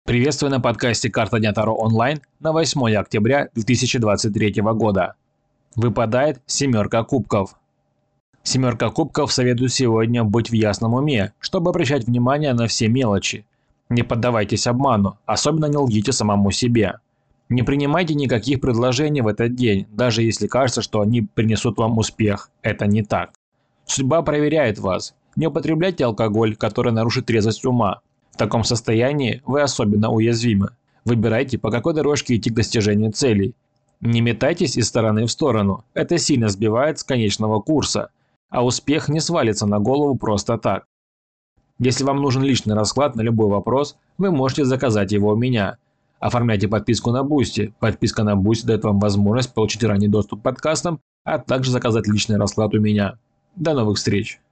Приветствую на подкасте «Карта дня Таро онлайн» на 8 октября 2023 года. Выпадает семерка кубков. Семерка кубков советует сегодня быть в ясном уме, чтобы обращать внимание на все мелочи. Не поддавайтесь обману, особенно не лгите самому себе. Не принимайте никаких предложений в этот день, даже если кажется, что они принесут вам успех. Это не так. Судьба проверяет вас. Не употребляйте алкоголь, который нарушит трезвость ума. В таком состоянии вы особенно уязвимы. Выбирайте, по какой дорожке идти к достижению целей. Не метайтесь из стороны в сторону. Это сильно сбивает с конечного курса. А успех не свалится на голову просто так. Если вам нужен личный расклад на любой вопрос, вы можете заказать его у меня. Оформляйте подписку на Boosty. Подписка на Boosty дает вам возможность получить ранний доступ к подкастам, а также заказать личный расклад у меня. До новых встреч!